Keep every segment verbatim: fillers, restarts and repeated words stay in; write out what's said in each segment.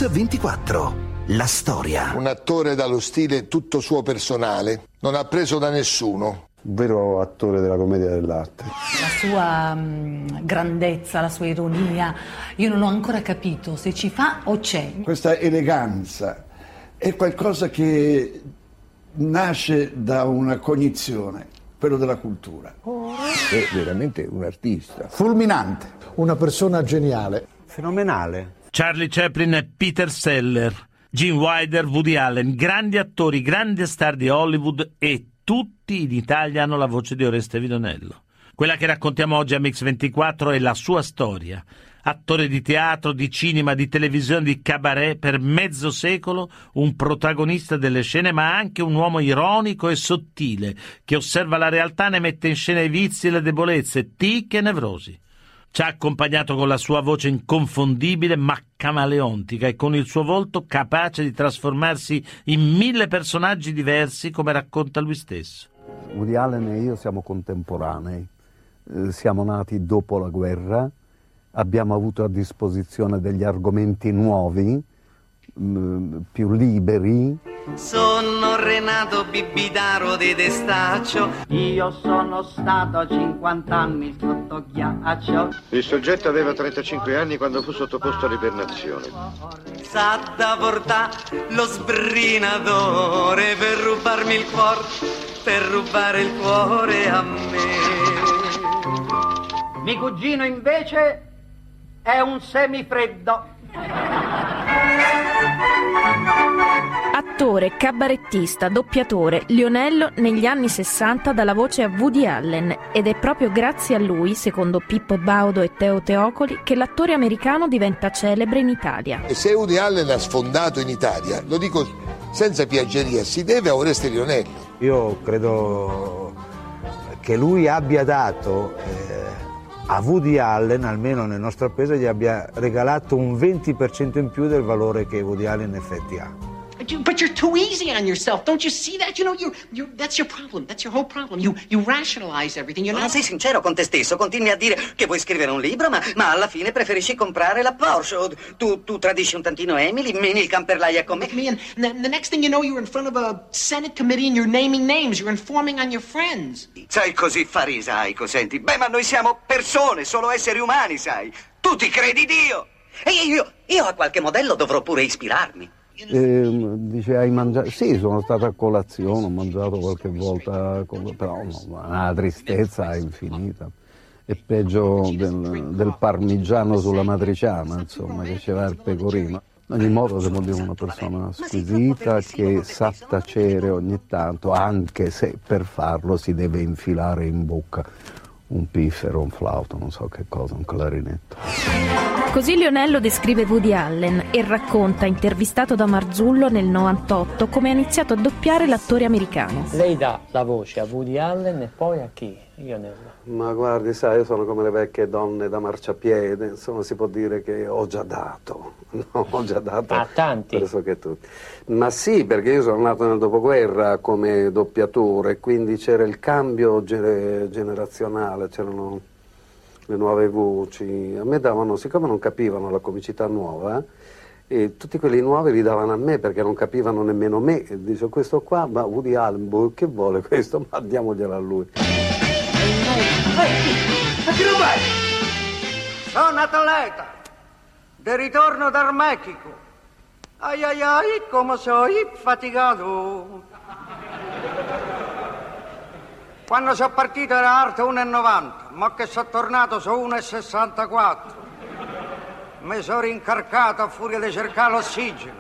Mix ventiquattro. La storia. Un attore dallo stile tutto suo personale, non ha preso da nessuno. Un vero attore della commedia dell'arte. La sua mh, grandezza, la sua ironia, io non ho ancora capito se ci fa o c'è. Questa eleganza è qualcosa che nasce da una cognizione, quello della cultura. È veramente un artista. Fulminante. Una persona geniale. Fenomenale. Charlie Chaplin e Peter Sellers, Gene Wilder, Woody Allen, grandi attori, grandi star di Hollywood, e tutti in Italia hanno la voce di Oreste Vilonello. Quella che raccontiamo oggi a Mix ventiquattro è la sua storia. Attore di teatro, di cinema, di televisione, di cabaret, per mezzo secolo un protagonista delle scene, ma anche un uomo ironico e sottile, che osserva la realtà, ne mette in scena i vizi e le debolezze, tic e nevrosi. Ci ha accompagnato con la sua voce inconfondibile ma camaleontica e con il suo volto capace di trasformarsi in mille personaggi diversi, come racconta lui stesso. Woody Allen e io siamo contemporanei, eh, siamo nati dopo la guerra, abbiamo avuto a disposizione degli argomenti nuovi, mh, più liberi. Sono Renato Bibitaro di Testaccio. Io sono stato a cinquanta anni sotto ghiaccio. Il soggetto aveva trentacinque anni quando fu sottoposto all'ibernazione. Sa da portà lo sbrinatore per rubarmi il cuore, per rubare il cuore a me. Mio cugino invece è un semifreddo. Attore, cabarettista, doppiatore, Lionello negli anni sessanta dà la voce a Woody Allen, ed è proprio grazie a lui, secondo Pippo Baudo e Teo Teocoli, che l'attore americano diventa celebre in Italia. E se Woody Allen ha sfondato in Italia, lo dico senza piaggeria, si deve a Oreste Lionello. Io credo che lui abbia dato eh, a Woody Allen, almeno nel nostro paese, gli abbia regalato un venti per cento in più del valore che Woody Allen in effetti ha. But you're too easy on yourself. Don't you see that? You know, you you that's your problem. That's your whole problem. You you rationalize everything. You're not... Ma sei sincero con te stesso? Continui a dire che vuoi scrivere un libro, ma, ma alla fine preferisci comprare la Porsche. Tu, tu tradisci un tantino Emily, meni il camperlaia con me. And the, the next thing you know, you're in front of a Senate committee and you're naming names. You're informing on your friends. Sei così farisaico, senti. Beh, ma noi siamo persone, solo esseri umani, sai. Tu ti credi Dio. E io, io a qualche modello dovrò pure ispirarmi. Eh, dice, hai mangiato? Sì, sono stato a colazione, ho mangiato qualche volta, però no, una tristezza infinita. È peggio del, del parmigiano sulla matriciana, insomma, che ci va il pecorino. In ogni modo devo dire una persona squisita che sa tacere ogni tanto, anche se per farlo si deve infilare in bocca un piffero, un flauto, non so che cosa, un clarinetto. Così Lionello descrive Woody Allen e racconta, intervistato da Marzullo nel novantotto, come ha iniziato a doppiare l'attore americano. Lei dà la voce a Woody Allen e poi a chi? Lionello. Ma guardi, sai, io sono come le vecchie donne da marciapiede, insomma si può dire che ho già dato, no, ho già dato a tanti. Pressoché tutti. Ma sì, perché io sono nato nel dopoguerra come doppiatore, quindi c'era il cambio gener- generazionale, c'erano le nuove voci. A me davano, siccome non capivano la comicità nuova, e tutti quelli nuovi li davano a me perché non capivano nemmeno me. E dice, questo qua, ma Woody Allen, boh, che vuole questo? Ma diamoglielo a lui. Ma che lo vai? Sono atleta, di ritorno dal Mexico. Ai ai ai, come sono faticato. Quando sono partito era alto uno e novanta, ma che sono tornato su uno e sessantaquattro. Mi sono rincarcato a furia di cercare l'ossigeno.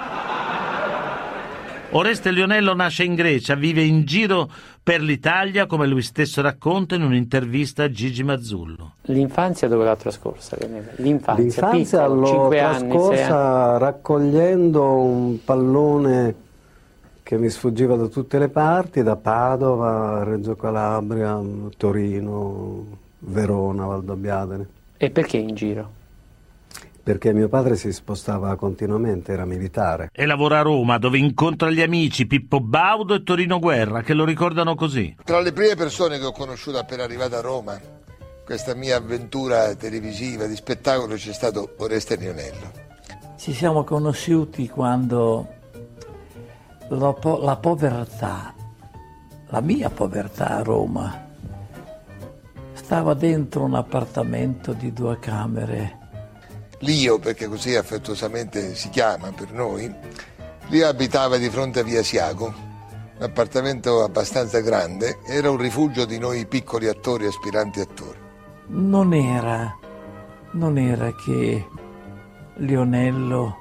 Oreste Lionello nasce in Grecia, vive in giro per l'Italia, come lui stesso racconta in un'intervista a Gigi Marzullo. L'infanzia dove l'ha trascorsa? L'infanzia, L'infanzia piccolo, l'ho cinque trascorsa anni, raccogliendo un pallone che mi sfuggiva da tutte le parti, da Padova, Reggio Calabria, Torino, Verona, Valdobbiadene. E perché in giro? Perché mio padre si spostava continuamente, era militare. E lavora a Roma, dove incontra gli amici Pippo Baudo e Torino Guerra, che lo ricordano così. Tra le prime persone che ho conosciuto appena arrivato a Roma, questa mia avventura televisiva di spettacolo, c'è stato Oreste Lionello. Ci siamo conosciuti quando la, po- la povertà, la mia povertà a Roma, stava dentro un appartamento di due camere. Lio, perché così affettuosamente si chiama per noi, Lio abitava di fronte a via Asiago, un appartamento abbastanza grande, era un rifugio di noi piccoli attori, aspiranti attori. Non era, non era che Lionello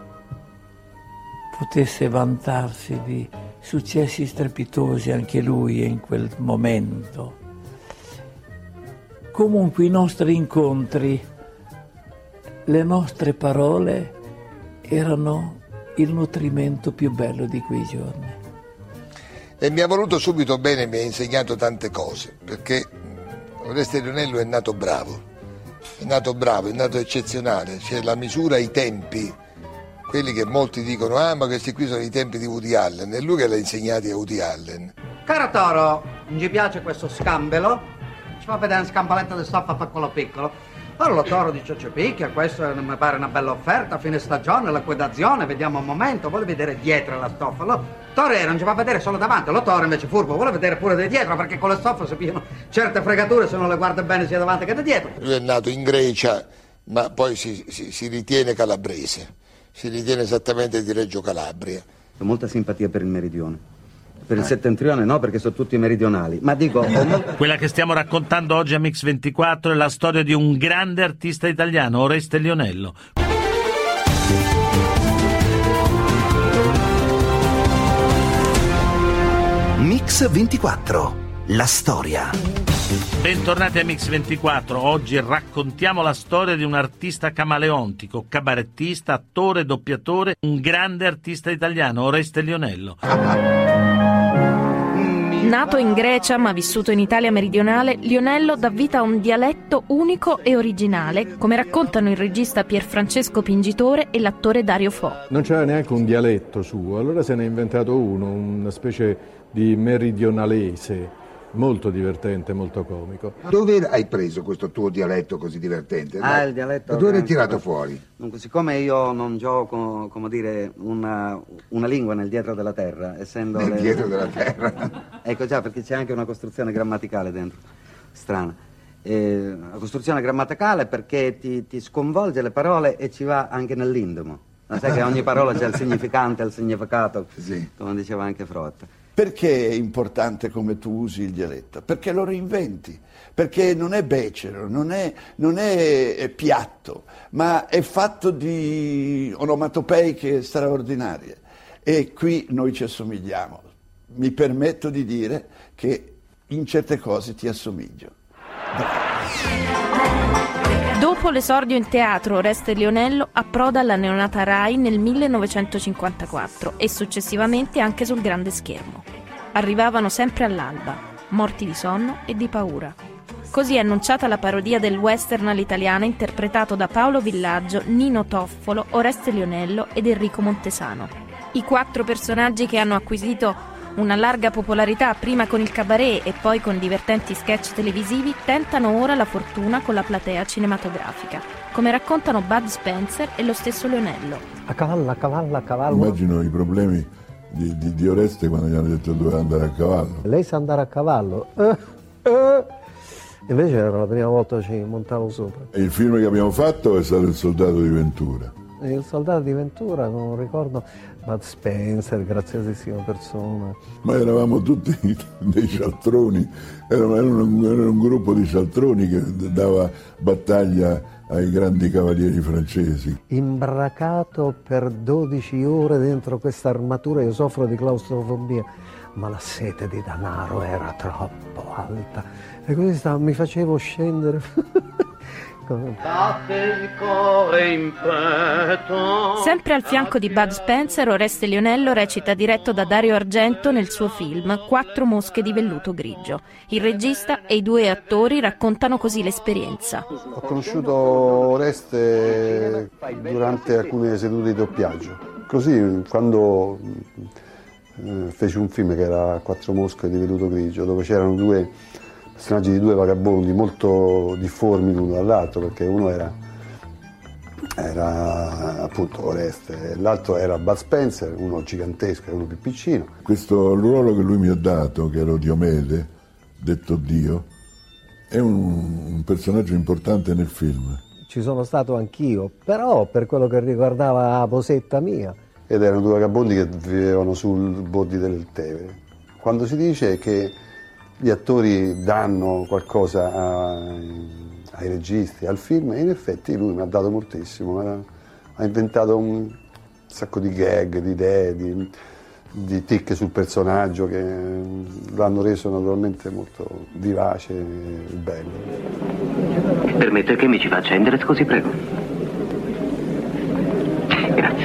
potesse vantarsi di successi strepitosi anche lui in quel momento. Comunque i nostri incontri, le nostre parole erano il nutrimento più bello di quei giorni. E mi ha voluto subito bene, mi ha insegnato tante cose, perché Oreste Lionello è nato bravo, è nato bravo, è nato eccezionale, c'è la misura, i tempi, quelli che molti dicono, ah ma questi qui sono i tempi di Woody Allen, è lui che l'ha insegnati a Woody Allen. Caro Toro, non ci piace questo scambelo? Ci fa vedere una scampaletto di stoffa piccolo piccolo. Allora Toro dice, ci picchia, questo mi pare una bella offerta, fine stagione, l'acquedazione, vediamo un momento, vuole vedere dietro la stoffa. Allora, Toro non ci fa vedere solo davanti, lo Toro invece furbo, vuole vedere pure da dietro, perché con le stoffe si pigliano certe fregature se non le guarda bene sia davanti che da dietro. Lui è nato in Grecia, ma poi si, si, si ritiene calabrese, si ritiene esattamente di Reggio Calabria. Ho molta simpatia per il meridione. Per il settentrione no, perché sono tutti meridionali, ma dico... Molto... Quella che stiamo raccontando oggi a Mix ventiquattro è la storia di un grande artista italiano, Oreste Lionello. Mix ventiquattro, la storia. Bentornati a Mix ventiquattro, oggi raccontiamo la storia di un artista camaleontico, cabarettista, attore, doppiatore, un grande artista italiano, Oreste Lionello. Nato in Grecia ma vissuto in Italia meridionale, Lionello dà vita a un dialetto unico e originale, come raccontano il regista Pierfrancesco Pingitore e l'attore Dario Fo. Non c'era neanche un dialetto suo, allora se ne è inventato uno, una specie di meridionalese, molto divertente, molto comico. Dove hai preso questo tuo dialetto così divertente? Ah, Dai. il dialetto... Da dove l'hai tirato fuori? Dunque, siccome io non gioco, come dire, una, una lingua nel dietro della terra, essendo... Nel le... dietro della terra? Ecco già, perché c'è anche una costruzione grammaticale dentro, strana. Eh, la costruzione grammaticale perché ti, ti sconvolge le parole e ci va anche nell'indomo. Ma sai che ogni parola c'è il significante e il significato, sì. Come diceva anche Freud. Perché è importante come tu usi il dialetto? Perché lo reinventi, perché non è becero, non è, non è piatto, ma è fatto di onomatopeiche straordinarie. E qui noi ci assomigliamo. Mi permetto di dire che in certe cose ti assomiglio. Dopo l'esordio in teatro, Oreste Lionello approda alla neonata Rai nel millenovecentocinquantaquattro e successivamente anche sul grande schermo. Arrivavano sempre all'alba, morti di sonno e di paura. Così è annunciata la parodia del western all'italiana interpretato da Paolo Villaggio, Nino Toffolo, Oreste Lionello ed Enrico Montesano. I quattro personaggi che hanno acquisito una larga popolarità prima con il cabaret e poi con divertenti sketch televisivi tentano ora la fortuna con la platea cinematografica, come raccontano Bud Spencer e lo stesso Lionello. A cavallo, a cavallo, a cavallo. Immagino i problemi di, di, di Oreste quando gli hanno detto che doveva andare a cavallo. Lei sa andare a cavallo? Eh, eh. Invece era la prima volta che ci montavo sopra. E il film che abbiamo fatto è stato Il soldato di Ventura. Il soldato di Ventura, non ricordo, Bud Spencer, graziosissima persona. Ma eravamo tutti dei cialtroni, era un, era un gruppo di cialtroni che dava battaglia ai grandi cavalieri francesi. Imbracato per dodici ore dentro questa armatura, io soffro di claustrofobia, ma la sete di denaro era troppo alta e così stavo, mi facevo scendere. Sempre al fianco di Bud Spencer, Oreste Lionello recita diretto da Dario Argento nel suo film Quattro mosche di velluto grigio. Il regista e i due attori raccontano così l'esperienza. Ho conosciuto Oreste durante alcune sedute di doppiaggio. Così, quando eh, feci un film che era Quattro mosche di velluto grigio, dove c'erano due personaggi di due vagabondi molto difformi l'uno dall'altro, perché uno era era appunto Oreste, l'altro era Bud Spencer, uno gigantesco e uno più piccino. Questo ruolo che lui mi ha dato, che ero Diomede, detto Dio, è un, un personaggio importante nel film. Ci sono stato anch'io, però per quello che riguardava la posetta mia. Ed erano due vagabondi che vivevano sul bordi del Tevere. Quando si dice che gli attori danno qualcosa a, ai registi, al film, in effetti lui mi ha dato moltissimo, ha, ha inventato un sacco di gag, di idee, di, di tic sul personaggio che l'hanno reso naturalmente molto vivace e bello. Permette che mi ci faccia Endres, così prego. Grazie.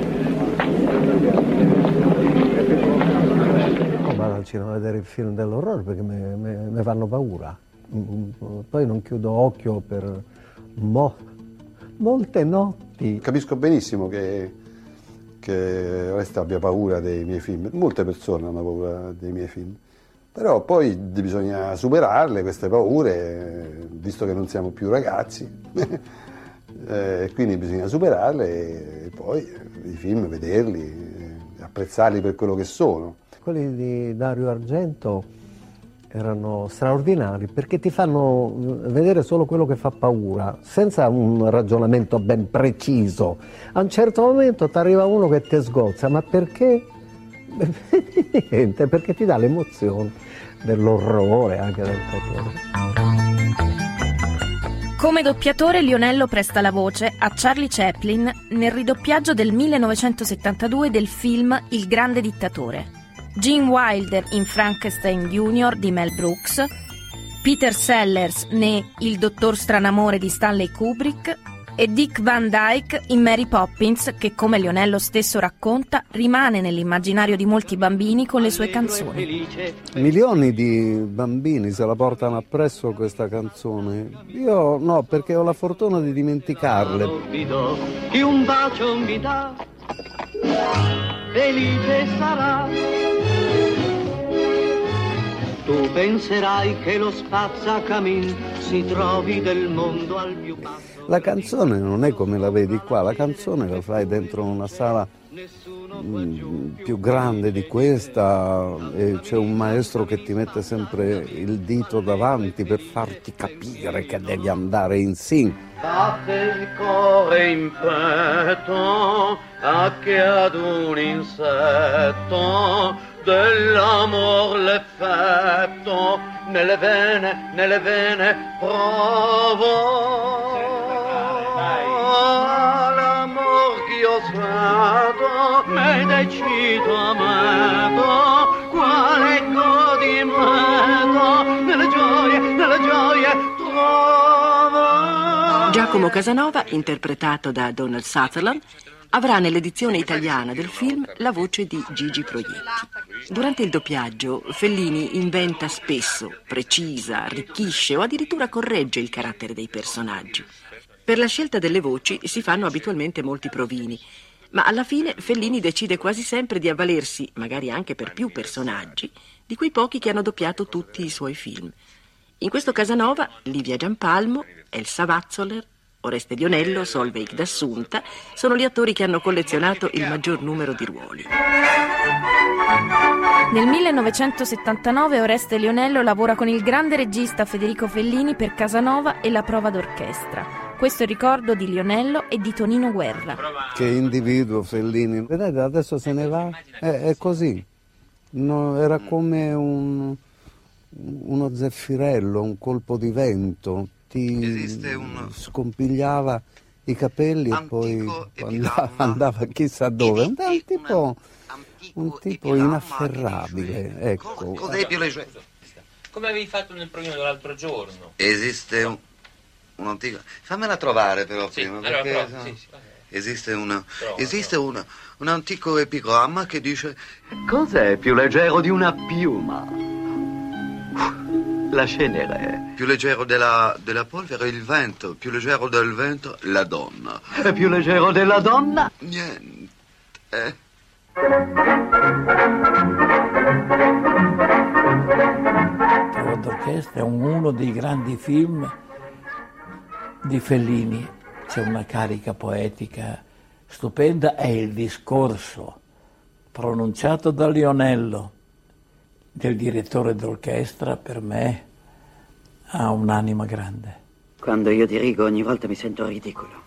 No, vado al cinema a vedere il film dell'orrore perché mi fanno paura. Poi non chiudo occhio per mo- molte notti. Capisco benissimo che, che Oreste abbia paura dei miei film. Molte persone hanno paura dei miei film. Però poi bisogna superarle queste paure, visto che non siamo più ragazzi, eh, quindi bisogna superarle e poi i film vederli, apprezzarli per quello che sono. Quelli di Dario Argento erano straordinari perché ti fanno vedere solo quello che fa paura, senza un ragionamento ben preciso. A un certo momento ti arriva uno che ti sgozza, ma perché? Niente, perché ti dà l'emozione dell'orrore, anche del terrore. Come doppiatore Lionello presta la voce a Charlie Chaplin nel ridoppiaggio del millenovecentosettantadue del film Il grande dittatore, Gene Wilder in Frankenstein Junior di Mel Brooks, Peter Sellers ne Il dottor Stranamore di Stanley Kubrick e Dick Van Dyke in Mary Poppins, che come Lionello stesso racconta rimane nell'immaginario di molti bambini con le sue canzoni. Milioni di bambini se la portano appresso questa canzone. Io no, perché ho la fortuna di dimenticarle. Chi un bacio mi dà, felice sarà. Tu penserai che lo spazzacamin si trovi del mondo al più basso. La canzone non è come la vedi qua, la canzone la fai dentro una sala mh, più grande di questa e c'è un maestro che ti mette sempre il dito davanti per farti capire che devi andare in sync. Batte il cuore in petto a che ad un insetto dell'amor l'effetto nelle vene, nelle vene provo. L'amor che io sento me decido ameto, quale godimento nelle gioie, nelle gioie trovo. Giacomo Casanova, interpretato da Donald Sutherland, avrà nell'edizione italiana del film la voce di Gigi Proietti. Durante il doppiaggio, Fellini inventa spesso, precisa, arricchisce o addirittura corregge il carattere dei personaggi. Per la scelta delle voci si fanno abitualmente molti provini, ma alla fine Fellini decide quasi sempre di avvalersi, magari anche per più personaggi, di quei pochi che hanno doppiato tutti i suoi film. In questo Casanova, Livia Giampalmo, Elsa Vatzoler, Oreste Lionello, Solveig d'Assunta sono gli attori che hanno collezionato il maggior numero di ruoli. Nel millenovecentosettantanove Oreste Lionello lavora con il grande regista Federico Fellini per Casanova e La prova d'orchestra. Questo è il ricordo di Lionello e di Tonino Guerra. Che individuo Fellini, vedete adesso se ne va, è, è così, no, era come un, uno zeffirello, un colpo di vento, ti un... scompigliava i capelli e poi andava, andava chissà dove, un, un tipo, un tipo inafferrabile, ecco. Come avevi fatto nel provino dell'altro giorno? Esiste un... un antico... Fammela trovare però sì, prima, allora, perché... però, sì, sì, esiste, una... Prova, esiste una... un antico epigramma che dice... Cos'è più leggero di una piuma? La cenere. Più leggero della, della polvere il vento, più leggero del vento la donna. È più leggero della donna? Niente. Eh. Prova d'orchestra è uno dei grandi film di Fellini. c'è una carica poetica stupenda e il discorso pronunciato da Lionello, del direttore d'orchestra, per me ha un'anima grande. Quando io dirigo ogni volta mi sento ridicolo.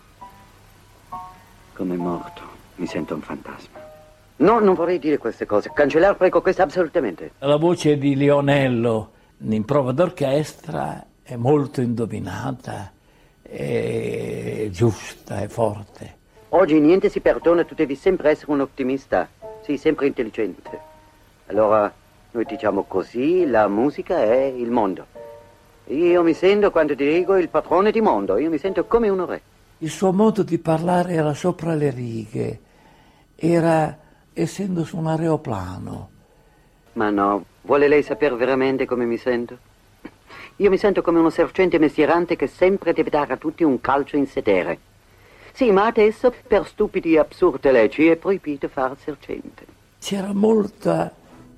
Come morto, mi sento un fantasma. No, non vorrei dire queste cose. Cancellare, prego, questo assolutamente. La voce di Lionello in prova d'orchestra è molto indovinata, è giusta, è forte. Oggi niente si perdona, tu devi sempre essere un ottimista. Sì, sempre intelligente. Allora, noi diciamo così, la musica è il mondo. Io mi sento, quando dirigo, il padrone di mondo. Io mi sento come un re. Il suo modo di parlare era sopra le righe, era essendo su un aeroplano. Ma no, vuole lei sapere veramente come mi sento? Io mi sento come uno sergente mestierante che sempre deve dare a tutti un calcio in sedere. Sì, ma adesso per stupidi e assurde leggi è proibito fare il sergente. C'era molta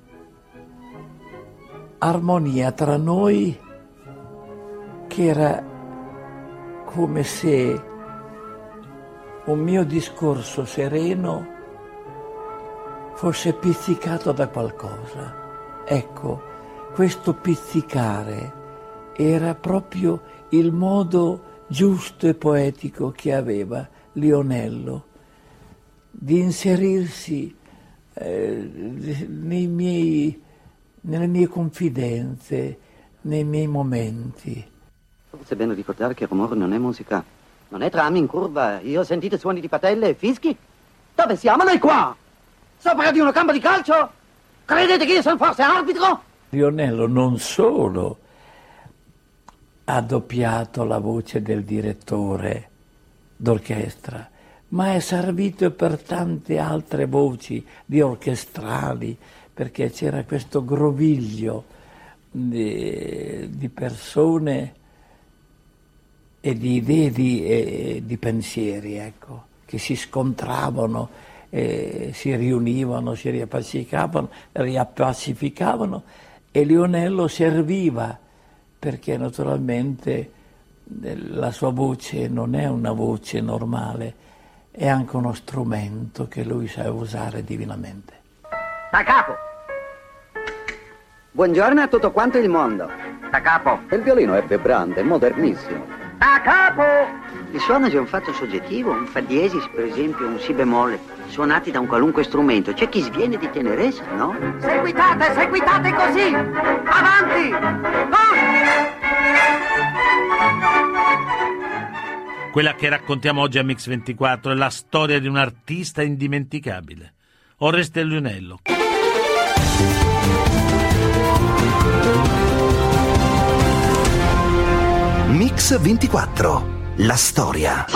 armonia tra noi, che era come se un mio discorso sereno fosse pizzicato da qualcosa. Ecco, questo pizzicare era proprio il modo giusto e poetico che aveva Lionello di inserirsi eh, nei miei, nelle mie confidenze, nei miei momenti. Forse è bene ricordare che il rumore non è musica, non è trami in curva. Io ho sentito suoni di patelle e fischi. Dove siamo noi qua? Sopra di una campo di calcio? Credete che io sono forse arbitro? Lionello non solo ha doppiato la voce del direttore d'orchestra, ma è servito per tante altre voci di orchestrali, perché c'era questo groviglio di, di persone e di idee di, e di pensieri, ecco, che si scontravano, e si riunivano, si riappacificavano, riappacificavano e Lionello serviva, perché naturalmente la sua voce non è una voce normale, è anche uno strumento che lui sa usare divinamente. Da capo! Buongiorno a tutto quanto il mondo. Da capo! Il violino è vibrante, modernissimo. Da capo! Il suono è un fatto soggettivo, un fa diesis per esempio, un si bemolle, suonati da un qualunque strumento. C'è chi sviene di tenerezza, no? Seguitate, seguitate così! Avanti! Go! Quella che raccontiamo oggi a Mix ventiquattro è la storia di un artista indimenticabile, Oreste Lionello. Mix ventiquattro, la storia.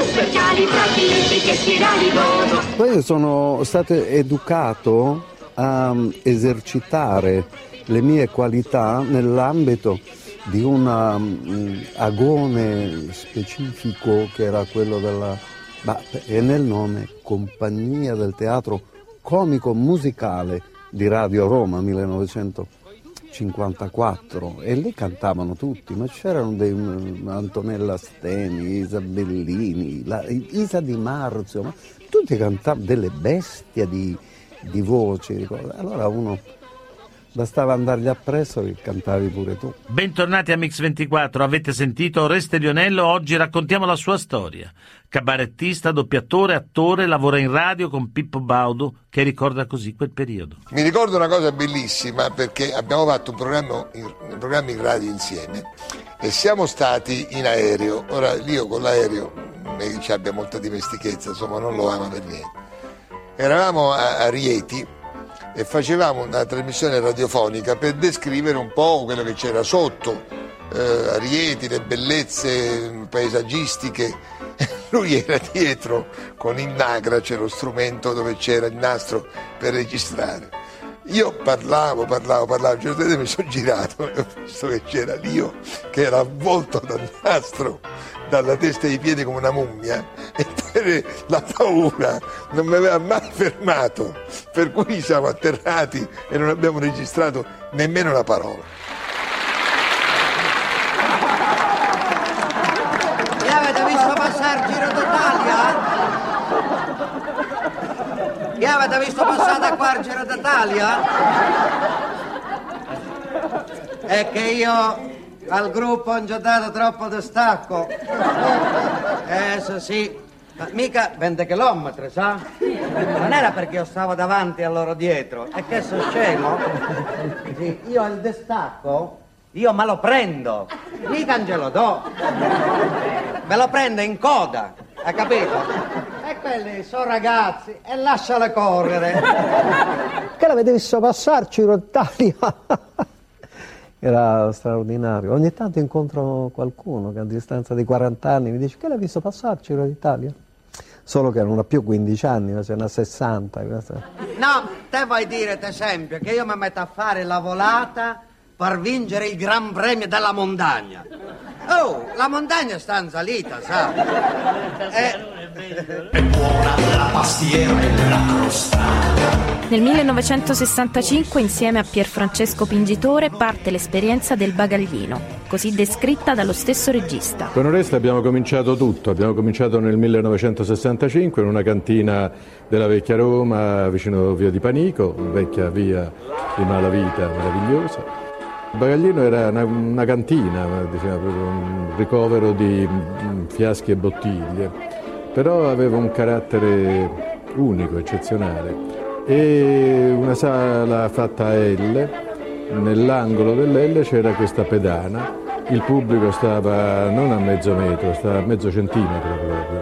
Poi sono stato educato a esercitare le mie qualità nell'ambito di un um, agone specifico che era quello della, bah, è nel nome, Compagnia del Teatro Comico Musicale di Radio Roma millenovecentocinquantaquattro, e lì cantavano tutti, ma c'erano dei um, Antonella Steni, Isabellini, la, Isa Di Marzio, ma tutti cantavano, delle bestie di, di voci, ricordo. Allora uno bastava andargli appresso che cantavi pure tu. Bentornati a Mix ventiquattro, avete sentito Oreste Lionello, oggi raccontiamo la sua storia. Cabarettista, doppiatore, attore, lavora in radio con Pippo Baudo, che ricorda così quel periodo. Mi ricordo una cosa bellissima, perché abbiamo fatto un programma in, un programma in radio insieme e siamo stati in aereo. Ora io con l'aereo non è che ci abbia molta dimestichezza, insomma non lo amo per niente. Eravamo a, a Rieti e facevamo una trasmissione radiofonica per descrivere un po' quello che c'era sotto, eh, a Rieti, le bellezze paesaggistiche. Lui era dietro con il Nagra, c'era lo strumento dove c'era il nastro per registrare. Io parlavo, parlavo, parlavo, a un certo punto mi sono girato e ho visto che c'era Lio che era avvolto dal nastro dalla testa ai piedi come una mummia, e per la paura non mi aveva mai fermato, per cui siamo atterrati e non abbiamo registrato nemmeno una parola. Mi avete visto passare avete visto passare da qua al Giro d'Italia? È che io al gruppo ho già dato troppo distacco. Eh, sì. Ma mica venti chilometri, sa? Non era perché io stavo davanti a loro dietro. È che sono scemo. Sì, io il distacco, io me lo prendo. Mica non glielo do. Me lo prendo in coda, hai capito? E quelli sono ragazzi e lasciale correre. Che l'avete visto passare Giro d'Italia? Era straordinario. Ogni tanto incontro qualcuno che a distanza di quaranta anni mi dice che l'hai visto passare Giro d'Italia? Solo che non ha più quindici anni, ma ce n'ha sessanta. No, te vuoi dire, ad esempio, che io mi metto a fare la volata per vincere il Gran Premio della montagna. Oh, la montagna sta in salita, sa? Eh... È buona la pastiera e la crostata. Nel millenovecentosessantacinque, insieme a Pier Francesco Pingitore, parte l'esperienza del bagaglino, così descritta dallo stesso regista. Con Oreste abbiamo cominciato tutto, abbiamo cominciato nel millenovecentosessantacinque in una cantina della vecchia Roma, vicino via di Panico, vecchia via di Malavita meravigliosa. Il bagaglino era una, una cantina, diciamo, un ricovero di fiaschi e bottiglie, però aveva un carattere unico, eccezionale. E una sala fatta a L, nell'angolo dell'L c'era questa pedana, il pubblico stava non a mezzo metro, stava a mezzo centimetro proprio.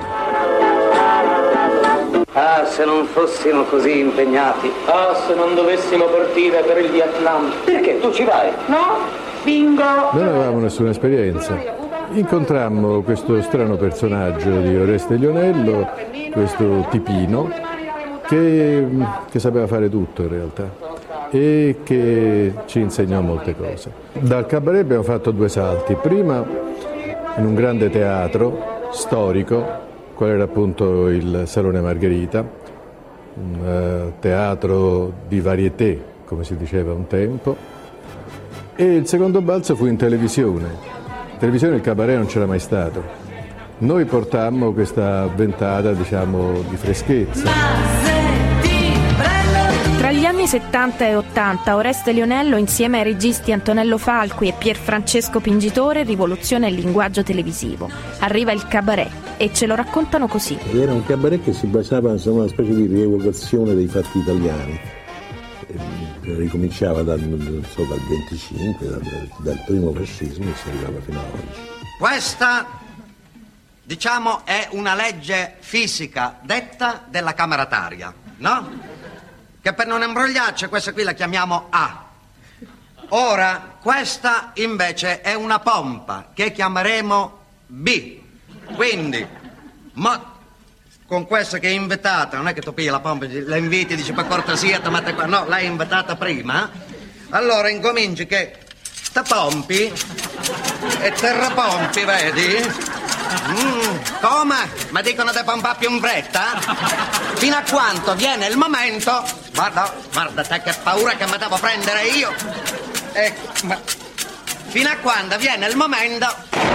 Ah, se non fossimo così impegnati. Ah, se non dovessimo partire per il Vietnam. Perché? Tu ci vai? No, bingo! Non avevamo nessuna esperienza. Incontrammo questo strano personaggio di Oreste Lionello, questo tipino, Che, che sapeva fare tutto in realtà e che ci insegnò molte cose. Dal cabaret abbiamo fatto due salti, prima in un grande teatro storico, qual era appunto il Salone Margherita, un uh, teatro di varietà, come si diceva un tempo, e il secondo balzo fu in televisione. In televisione il cabaret non c'era mai stato. Noi portammo questa ventata, diciamo, di freschezza. Tra gli anni settanta e ottanta, Oreste Lionello, insieme ai registi Antonello Falqui e Pier Francesco Pingitore, rivoluziona il linguaggio televisivo. Arriva il cabaret e ce lo raccontano così. Era un cabaret che si basava su una specie di rievocazione dei fatti italiani. Ricominciava dal, so, dal venticinque, dal, dal primo fascismo, e si arrivava fino a oggi. Questa, diciamo, è una legge fisica detta della camerataria, no? Che per non imbrogliarci, questa qui la chiamiamo A. Ora, questa invece è una pompa che chiameremo B. Quindi, ma con questa che è invitata, non è che tu pigli la pompa, la inviti e dici per cortesia, te mette qua. No, l'hai invitata prima. Allora incominci che te pompi e te repompi, vedi? Mm, come? Ma dicono di pompare più in fretta? Fino a quanto viene il momento. Guarda, guarda te che paura che mi devo prendere io. Ecco, ma fino a quando viene il momento.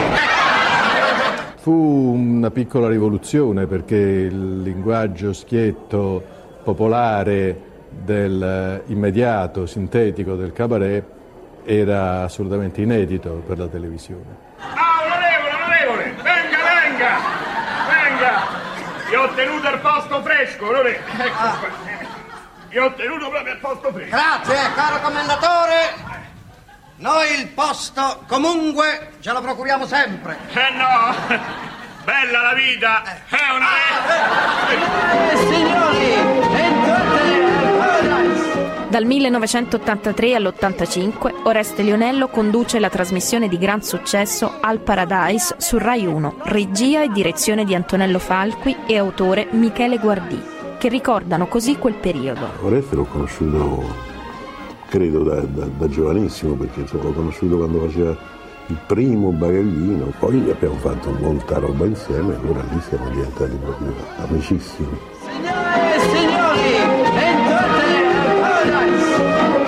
Fu una piccola rivoluzione perché il linguaggio schietto, popolare, del immediato, sintetico del cabaret era assolutamente inedito per la televisione. Ah, onorevole, onorevole, venga, venga, venga, vi ho tenuto al posto fresco, onorevole, ecco qua. Vi ho tenuto proprio al posto fresco. Grazie, caro commendatore. Noi il posto comunque ce lo procuriamo sempre. Eh no, bella la vita, è una... Eh, signori, Dal millenovecentottantatré all'ottantacinque Oreste Lionello conduce la trasmissione di gran successo Al Paradise su Rai uno, regia e direzione di Antonello Falqui e autore Michele Guardì, che ricordano così quel periodo. Oreste l'ho conosciuto, credo, da, da, da giovanissimo, perché insomma, l'ho conosciuto quando faceva il primo bagaglino, poi abbiamo fatto molta roba insieme e allora lì siamo diventati proprio amicissimi. Signore e signori, entrate al Paradise!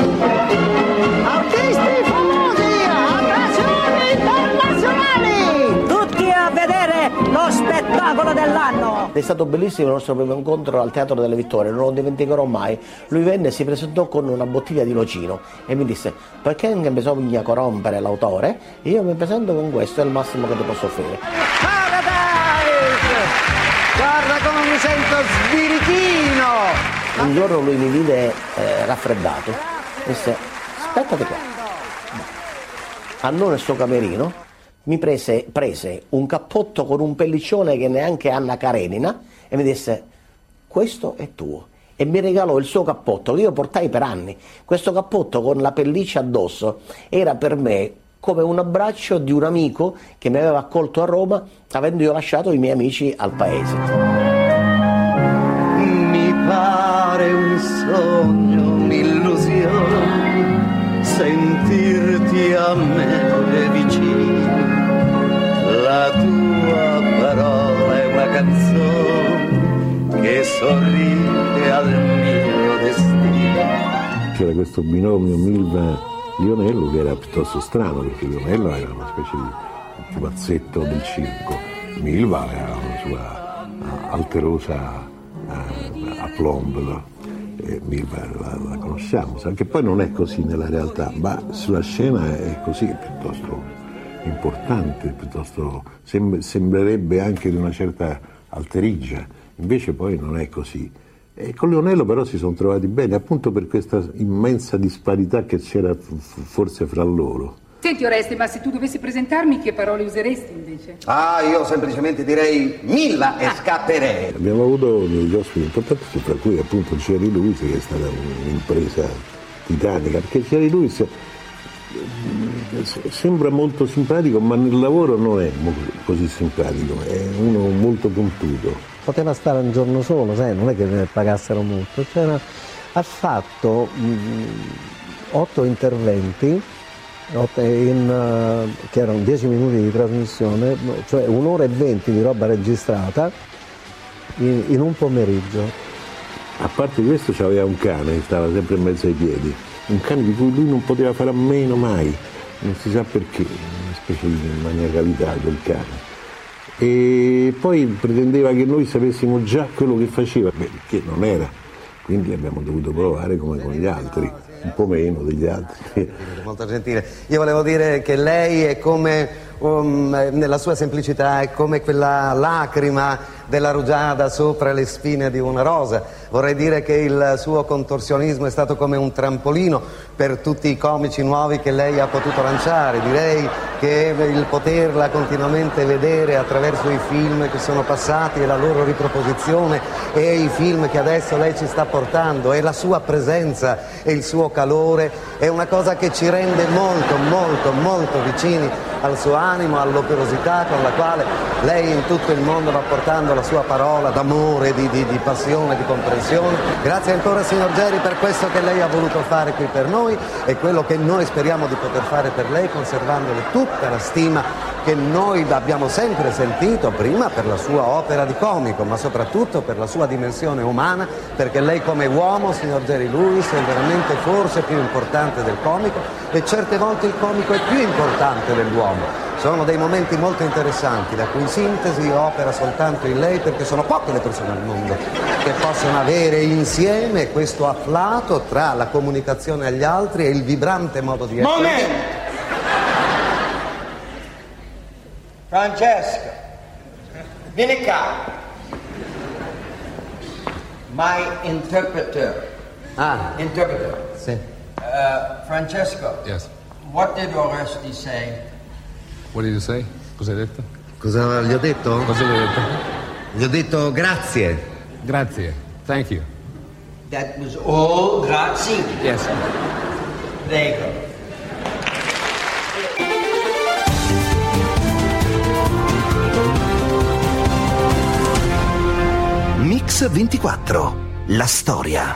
Artisti famosi, attrazioni internazionali! Tutti a vedere lo spettacolo! spettacolo dell'anno! È stato bellissimo il nostro primo incontro al Teatro delle Vittorie, non lo dimenticherò mai. Lui venne e si presentò con una bottiglia di Nocino e mi disse: perché non bisogna corrompere l'autore? Io mi presento con questo, è il massimo che ti posso offrire. Paradise! Guarda come mi sento sbirichino! Un giorno lui mi vide eh, raffreddato, disse: aspettate qua. Andò nel suo camerino, mi prese, prese un cappotto con un pelliccione che neanche Anna Karenina e mi disse: questo è tuo. E mi regalò il suo cappotto che io portai per anni. Questo cappotto con la pelliccia addosso era per me come un abbraccio di un amico che mi aveva accolto a Roma avendo io lasciato i miei amici al paese. Mi pare un sogno, un'illusione, sentirti a me vicino. La tua parola è una canzone che sorride al mio destino. C'era questo binomio Milva-Lionello che era piuttosto strano, perché Lionello era una specie di pupazzetto del circo, Milva era una sua alterosa aplomb. Eh, Milva la, la conosciamo, anche poi non è così nella realtà, ma sulla scena è così, è piuttosto importante, piuttosto sem- sembrerebbe anche di una certa alterigia, invece poi non è così. E con Lionello però si sono trovati bene, appunto per questa immensa disparità che c'era f- forse fra loro. Senti Oreste, ma se tu dovessi presentarmi che parole useresti invece? Ah, io semplicemente direi Milla e scapperei. Abbiamo avuto degli ospiti importanti, tra cui appunto Jerry Lewis, che è stata un'impresa titanica, perché Jerry Lewis sembra molto simpatico, ma nel lavoro non è così simpatico, è uno molto puntuto. Poteva stare un giorno solo, sai, non è che ne pagassero molto. C'era, ha fatto mh, otto interventi in, uh, che erano dieci minuti di trasmissione, cioè un'ora e venti di roba registrata in, in un pomeriggio. A parte questo c'aveva un cane che stava sempre in mezzo ai piedi, un cane di cui lui non poteva fare a meno mai, non si sa perché, una specie di maniacalità quel cane. E poi pretendeva che noi sapessimo già quello che faceva, beh, perché non era, quindi abbiamo dovuto provare come con gli altri, un po' meno degli altri. Molto gentile. Io volevo dire che lei è come, um, nella sua semplicità, è come quella lacrima della rugiada sopra le spine di una rosa. Vorrei dire che il suo contorsionismo è stato come un trampolino per tutti i comici nuovi che lei ha potuto lanciare. Direi che il poterla continuamente vedere attraverso i film che sono passati e la loro riproposizione e i film che adesso lei ci sta portando e la sua presenza e il suo calore è una cosa che ci rende molto, molto, molto vicini al suo animo, all'operosità con la quale lei in tutto il mondo va portando la sua parola d'amore, di, di, di passione, di comprensione. Grazie ancora signor Geri per questo che lei ha voluto fare qui per noi e quello che noi speriamo di poter fare per lei, conservandole tutta la stima che noi abbiamo sempre sentito, prima per la sua opera di comico, ma soprattutto per la sua dimensione umana, perché lei come uomo, signor Jerry Lewis, è veramente forse più importante del comico e certe volte il comico è più importante dell'uomo. Sono dei momenti molto interessanti, la cui sintesi opera soltanto in lei, perché sono poche le persone al mondo che possono avere insieme questo afflato tra la comunicazione agli altri e il vibrante modo di essere. Momento! Francesca, vieni qua. My interpreter. Ah. Interpreter. Sì. Uh, Francesco. Yes. What did Oresti say? What did you say? Cosa hai detto? Cosa gli ho detto? Cosa gli hai detto? Gli ho detto grazie. Grazie. Thank you. That was all grazie. Yes. Prego. Mix ventiquattro, la storia.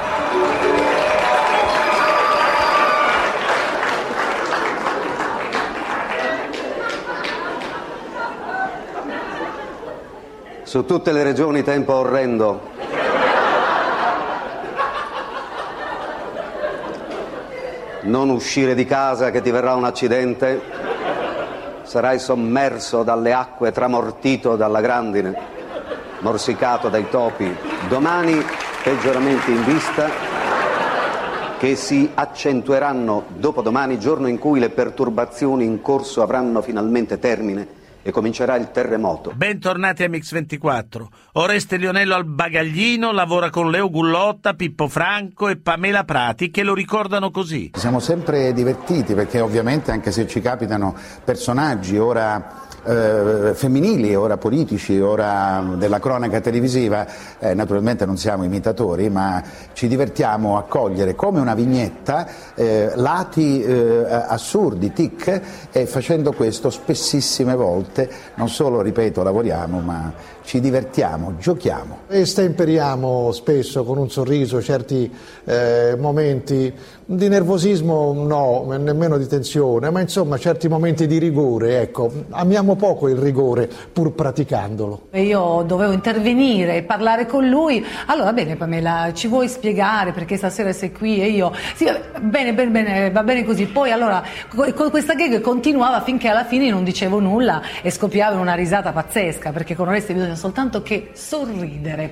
Su tutte le regioni tempo orrendo. Non uscire di casa che ti verrà un accidente. sarai sommerso dalle acque, tramortito dalla grandine, morsicato dai topi. Domani peggioramenti in vista che si accentueranno dopodomani, giorno in cui le perturbazioni in corso avranno finalmente termine e comincerà il terremoto. Bentornati a Mix ventiquattro. Oreste Lionello al bagaglino lavora con Leo Gullotta, Pippo Franco e Pamela Prati, che lo ricordano così. Ci siamo sempre divertiti perché ovviamente, anche se ci capitano personaggi ora eh, femminili, ora politici, ora della cronaca televisiva, eh, naturalmente non siamo imitatori, ma ci divertiamo a cogliere come una vignetta eh, lati eh, assurdi, tic, e facendo questo spessissime volte non solo, ripeto, lavoriamo, ma ci divertiamo, giochiamo. E stemperiamo spesso con un sorriso certi eh, momenti di nervosismo, no, nemmeno di tensione, ma insomma certi momenti di rigore, ecco. Amiamo poco il rigore, pur praticandolo. Io dovevo intervenire e parlare con lui. Allora, bene Pamela, ci vuoi spiegare perché stasera sei qui? E io, sì, bene, bene, bene, va bene così. Poi allora, con questa gag continuava finché alla fine non dicevo nulla e scoppiavo in una risata pazzesca, perché con Oreste bisogna soltanto che sorridere.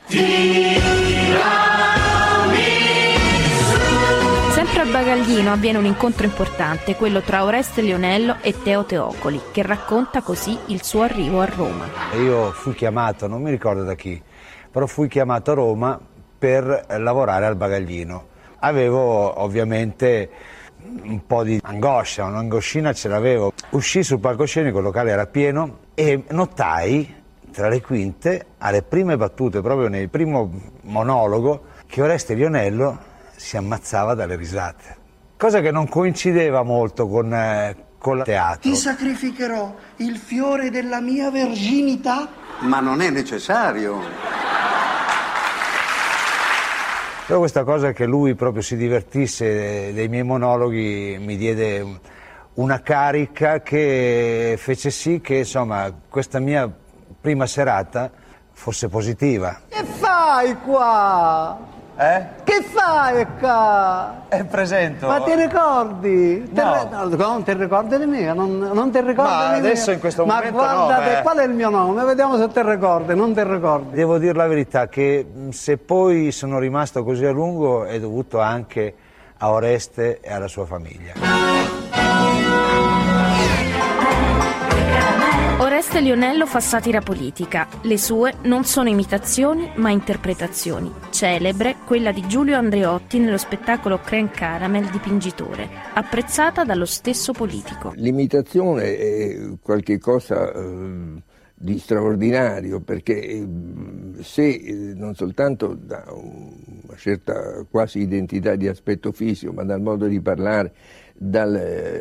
Sempre al bagaglino avviene un incontro importante, quello tra Oreste Lionello e Teo Teocoli, che racconta così il suo arrivo a Roma. Io fui chiamato, non mi ricordo da chi, però fui chiamato a Roma per lavorare al bagaglino. Avevo ovviamente un po' di angoscia, un'angoscina ce l'avevo. Uscii sul palcoscenico, il locale era pieno e notai tra le quinte, alle prime battute, proprio nel primo monologo, che Oreste Lionello si ammazzava dalle risate. Cosa che non coincideva molto con, eh, con il teatro. Ti sacrificherò il fiore della mia verginità? Ma non è necessario. Però questa cosa che lui proprio si divertisse dei miei monologhi mi diede una carica che fece sì che, insomma, questa mia prima serata fosse positiva. Che fai qua? Eh? Che fai qua? È presente. Ma ti ricordi? No. Te re... no, non ti ricordi di me? Non, non ti ricordi Ma di me? adesso in questo Ma momento guardate, no, qual è il mio nome? Vediamo se ti ricordi, non ti ricordi. Devo dire la verità che se poi sono rimasto così a lungo è dovuto anche a Oreste e alla sua famiglia. Oreste Lionello fa satira politica. Le sue non sono imitazioni, ma interpretazioni. Celebre quella di Giulio Andreotti nello spettacolo Creme Caramel Dipingitore, apprezzata dallo stesso politico. L'imitazione è qualche cosa eh, di straordinario, perché eh, se eh, non soltanto da una certa quasi identità di aspetto fisico, ma dal modo di parlare, dallo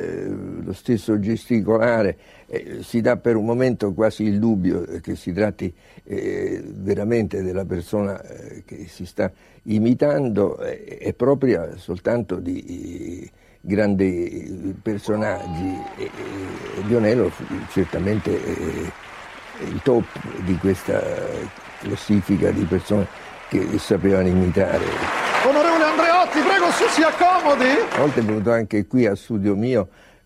eh, stesso gesticolare, eh, si dà per un momento quasi il dubbio che si tratti eh, veramente della persona eh, che si sta imitando, eh, è propria soltanto di eh, grandi personaggi. E, e Lionello fu certamente eh, il top di questa classifica di persone che sapevano imitare. Onorevole Andreotti, prego, su, si accomodi. A volte è venuto anche qui a studio mio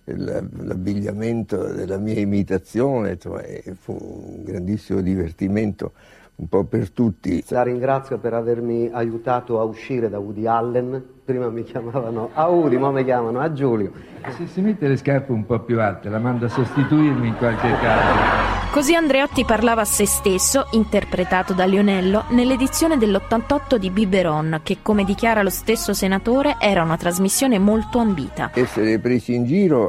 l'abbigliamento della mia imitazione, insomma, fu un grandissimo divertimento un po' per tutti. La ringrazio per avermi aiutato a uscire da Woody Allen. Prima mi chiamavano a Woody, ora mi chiamano a Giulio. Se si mette le scarpe un po' più alte, la mando a sostituirmi in qualche caso. Così Andreotti parlava a se stesso, interpretato da Lionello, nell'edizione dell'ottantotto di Biberon, che, come dichiara lo stesso senatore, era una trasmissione molto ambita. Essere presi in giro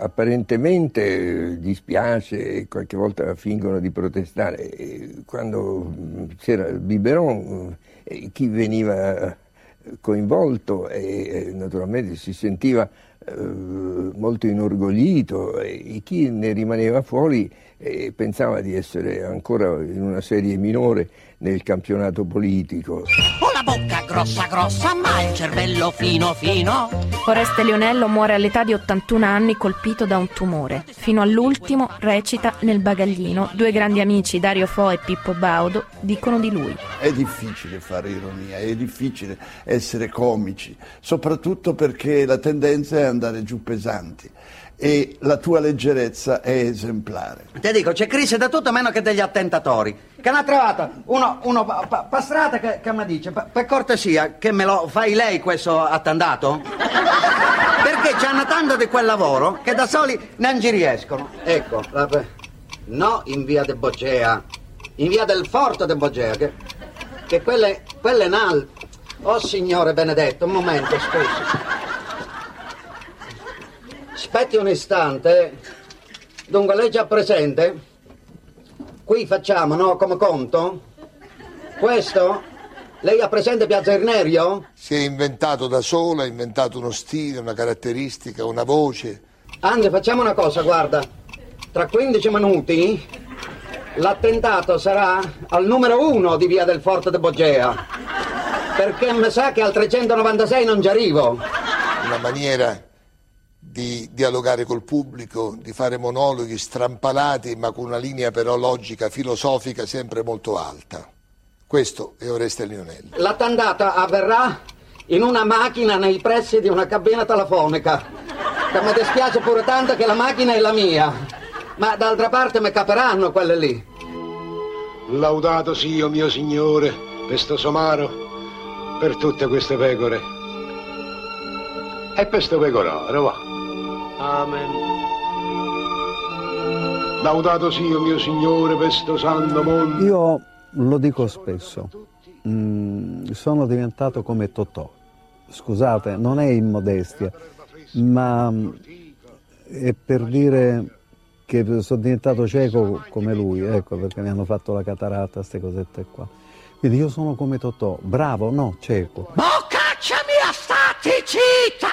apparentemente dispiace e qualche volta fingono di protestare. Quando c'era il Biberon, chi veniva coinvolto e naturalmente si sentiva eh, molto inorgoglito, e chi ne rimaneva fuori eh, pensava di essere ancora in una serie minore nel campionato politico. Ho la bocca grossa grossa ma il cervello fino fino. Oreste Lionello muore all'età di ottantuno anni colpito da un tumore. Fino all'ultimo recita nel bagaglino. Due grandi amici, Dario Fo e Pippo Baudo, dicono di lui: è difficile fare ironia, è difficile essere comici, soprattutto perché la tendenza è andare giù pesanti. e la tua leggerezza è esemplare. Ti dico, c'è crisi da tutto meno che degli attentatori. Che ne ha trovato uno, uno pa, pa, pa strada che, che mi dice, pa, per cortesia, che me lo fai lei questo attentato? Perché c'hanno tanto di quel lavoro che da soli non ci riescono. Ecco, la, no in via de Boggea, in via del Forte de Boggea, che, che quelle, quelle nal... Oh signore benedetto, un momento, scusi. Aspetti un istante. Dunque, lei già presente? Qui facciamo, no, come conto? Questo? Lei ha presente Piazza Irnerio? Si è inventato da solo, ha inventato uno stile, una caratteristica, una voce. Anzi, facciamo una cosa, guarda. Tra quindici minuti l'attentato sarà al numero uno di via del Forte de Boggea. Perché mi sa che al trecentonovantasei non ci arrivo. Una maniera di dialogare col pubblico, di fare monologhi strampalati ma con una linea però logica, filosofica sempre molto alta. Questo è Oreste Lionello. L'attentato avverrà in una macchina nei pressi di una cabina telefonica. Che mi dispiace pure tanto che la macchina è la mia, ma d'altra parte mi caperanno quelle lì. Laudato sia mio Signore per sto somaro, per tutte queste pecore e per sto pecoraro, va. Amen. Laudato sia mio Signore per sto santo mondo. Io lo dico spesso, mm, sono diventato come Totò. Scusate, non è immodestia, ma è per dire che sono diventato cieco come lui, ecco, perché mi hanno fatto la catarata, queste cosette qua. Quindi io sono come Totò, bravo, no, cieco. Boccacciami a staticità!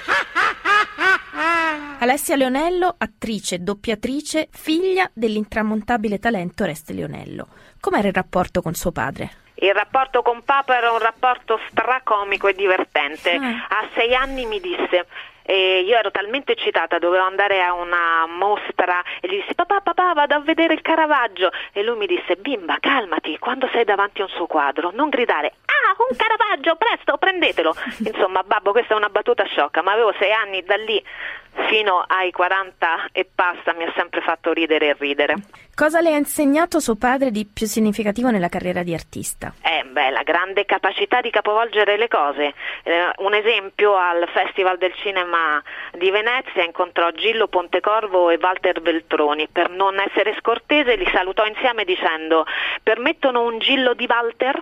Alessia Lionello, attrice e doppiatrice, figlia dell'intramontabile talento Oreste Lionello. Com'era il rapporto con suo padre? Il rapporto con Papa era un rapporto stracomico e divertente. Ah. A sei anni mi disse... E io ero talmente eccitata, dovevo andare a una mostra e gli dissi papà papà vado a vedere il Caravaggio e lui mi disse bimba calmati, quando sei davanti a un suo quadro non gridare ah un Caravaggio presto prendetelo. Insomma babbo, questa è una battuta sciocca, ma avevo sei anni, da lì fino ai quaranta e passa mi ha sempre fatto ridere e ridere. Cosa le ha insegnato suo padre di più significativo nella carriera di artista? Eh beh, la grande capacità di capovolgere le cose. Eh, un esempio: al Festival del Cinema di Venezia incontrò Gillo Pontecorvo e Walter Veltroni. Per non essere scortese li salutò insieme dicendo permettono un Gillo di Walter?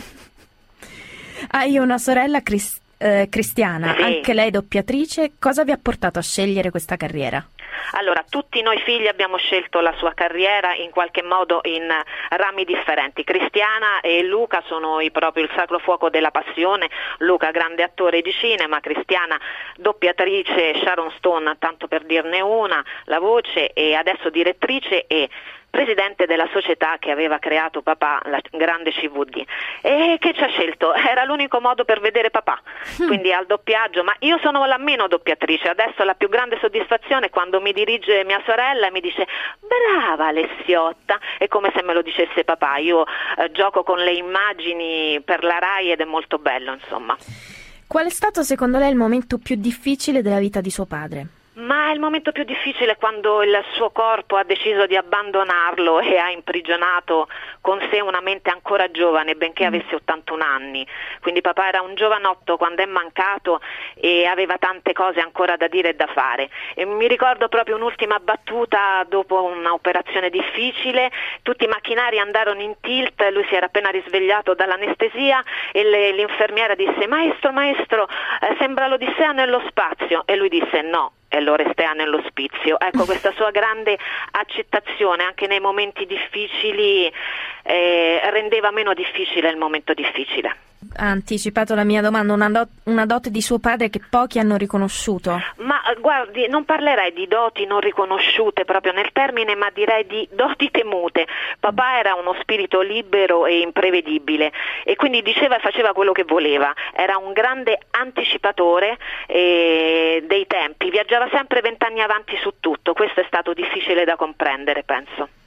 Hai una sorella Cris- eh, Cristiana, sì. Anche lei doppiatrice. Cosa vi ha portato a scegliere questa carriera? Allora, tutti noi figli abbiamo scelto la sua carriera in qualche modo in rami differenti. Cristiana e Luca sono i, proprio il sacro fuoco della passione. Luca grande attore di cinema, Cristiana doppiatrice Sharon Stone, tanto per dirne una, la voce, e adesso direttrice e presidente della società che aveva creato papà, la grande C V D. E che ci ha scelto? Era l'unico modo per vedere papà, quindi al doppiaggio. Ma io sono la meno doppiatrice, adesso la più grande soddisfazione è quando mi dirige mia sorella e mi dice brava Alessiotta, è come se me lo dicesse papà. Io eh, gioco con le immagini per la Rai ed è molto bello, insomma. Qual è stato secondo lei il momento più difficile della vita di suo padre? Ma il momento più difficile è quando il suo corpo ha deciso di abbandonarlo e ha imprigionato con sé una mente ancora giovane, benché avesse ottantuno anni. Quindi papà era un giovanotto quando è mancato e aveva tante cose ancora da dire e da fare. E mi ricordo proprio un'ultima battuta dopo un'operazione difficile, tutti i macchinari andarono in tilt, lui si era appena risvegliato dall'anestesia e le, l'infermiera disse maestro, maestro, eh, sembra l'Odissea nello spazio, e lui disse no, è l'Orestea nello spizio. Ecco, questa sua grande accettazione anche nei momenti difficili eh, rendeva meno difficile il momento difficile. Ha anticipato la mia domanda, una, do- una dote di suo padre che pochi hanno riconosciuto. Ma guardi, non parlerei di doti non riconosciute proprio nel termine, ma direi di doti temute. Papà era uno spirito libero e imprevedibile e quindi diceva e faceva quello che voleva. Era un grande anticipatore eh, dei tempi, viaggiava sempre vent'anni avanti su tutto. Questo è stato difficile da comprendere, penso.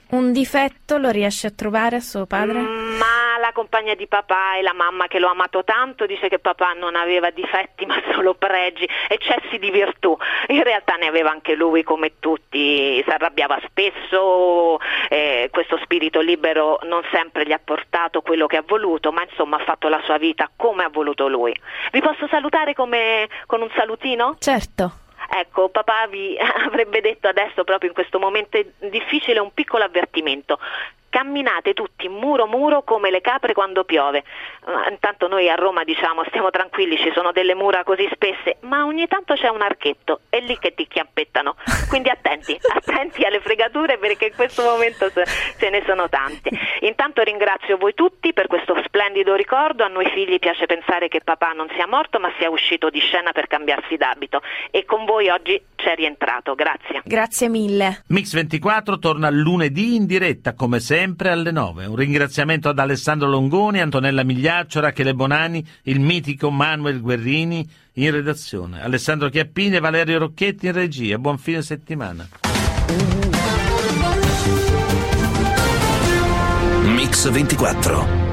Un difetto lo riesce a trovare a suo padre? Mm, ma la compagna di papà e la mamma che l'ho amato tanto dice che papà non aveva difetti ma solo pregi, eccessi di virtù. In realtà ne aveva anche lui come tutti, si arrabbiava spesso, eh, questo spirito libero non sempre gli ha portato quello che ha voluto, ma insomma ha fatto la sua vita come ha voluto lui. Vi posso salutare come con un salutino? Certo. Ecco, papà vi avrebbe detto adesso, proprio in questo momento difficile, un piccolo avvertimento. Camminate tutti muro muro come le capre quando piove. Intanto noi a Roma diciamo stiamo tranquilli, ci sono delle mura così spesse, ma ogni tanto c'è un archetto, è lì che ti chiappettano. Quindi attenti, attenti alle fregature perché in questo momento ce ne sono tante. Intanto ringrazio voi tutti per questo splendido ricordo. A noi figli piace pensare che papà non sia morto ma sia uscito di scena per cambiarsi d'abito e con voi oggi c'è rientrato. Grazie. Grazie mille. Mix ventiquattro torna lunedì in diretta come sempre alle nove. Un ringraziamento ad Alessandro Longoni, Antonella Migliaccio, Rachele Bonani, il mitico Manuel Guerrini in redazione, Alessandro Chiappini e Valerio Rocchetti in regia. Buon fine settimana. Mix ventiquattro.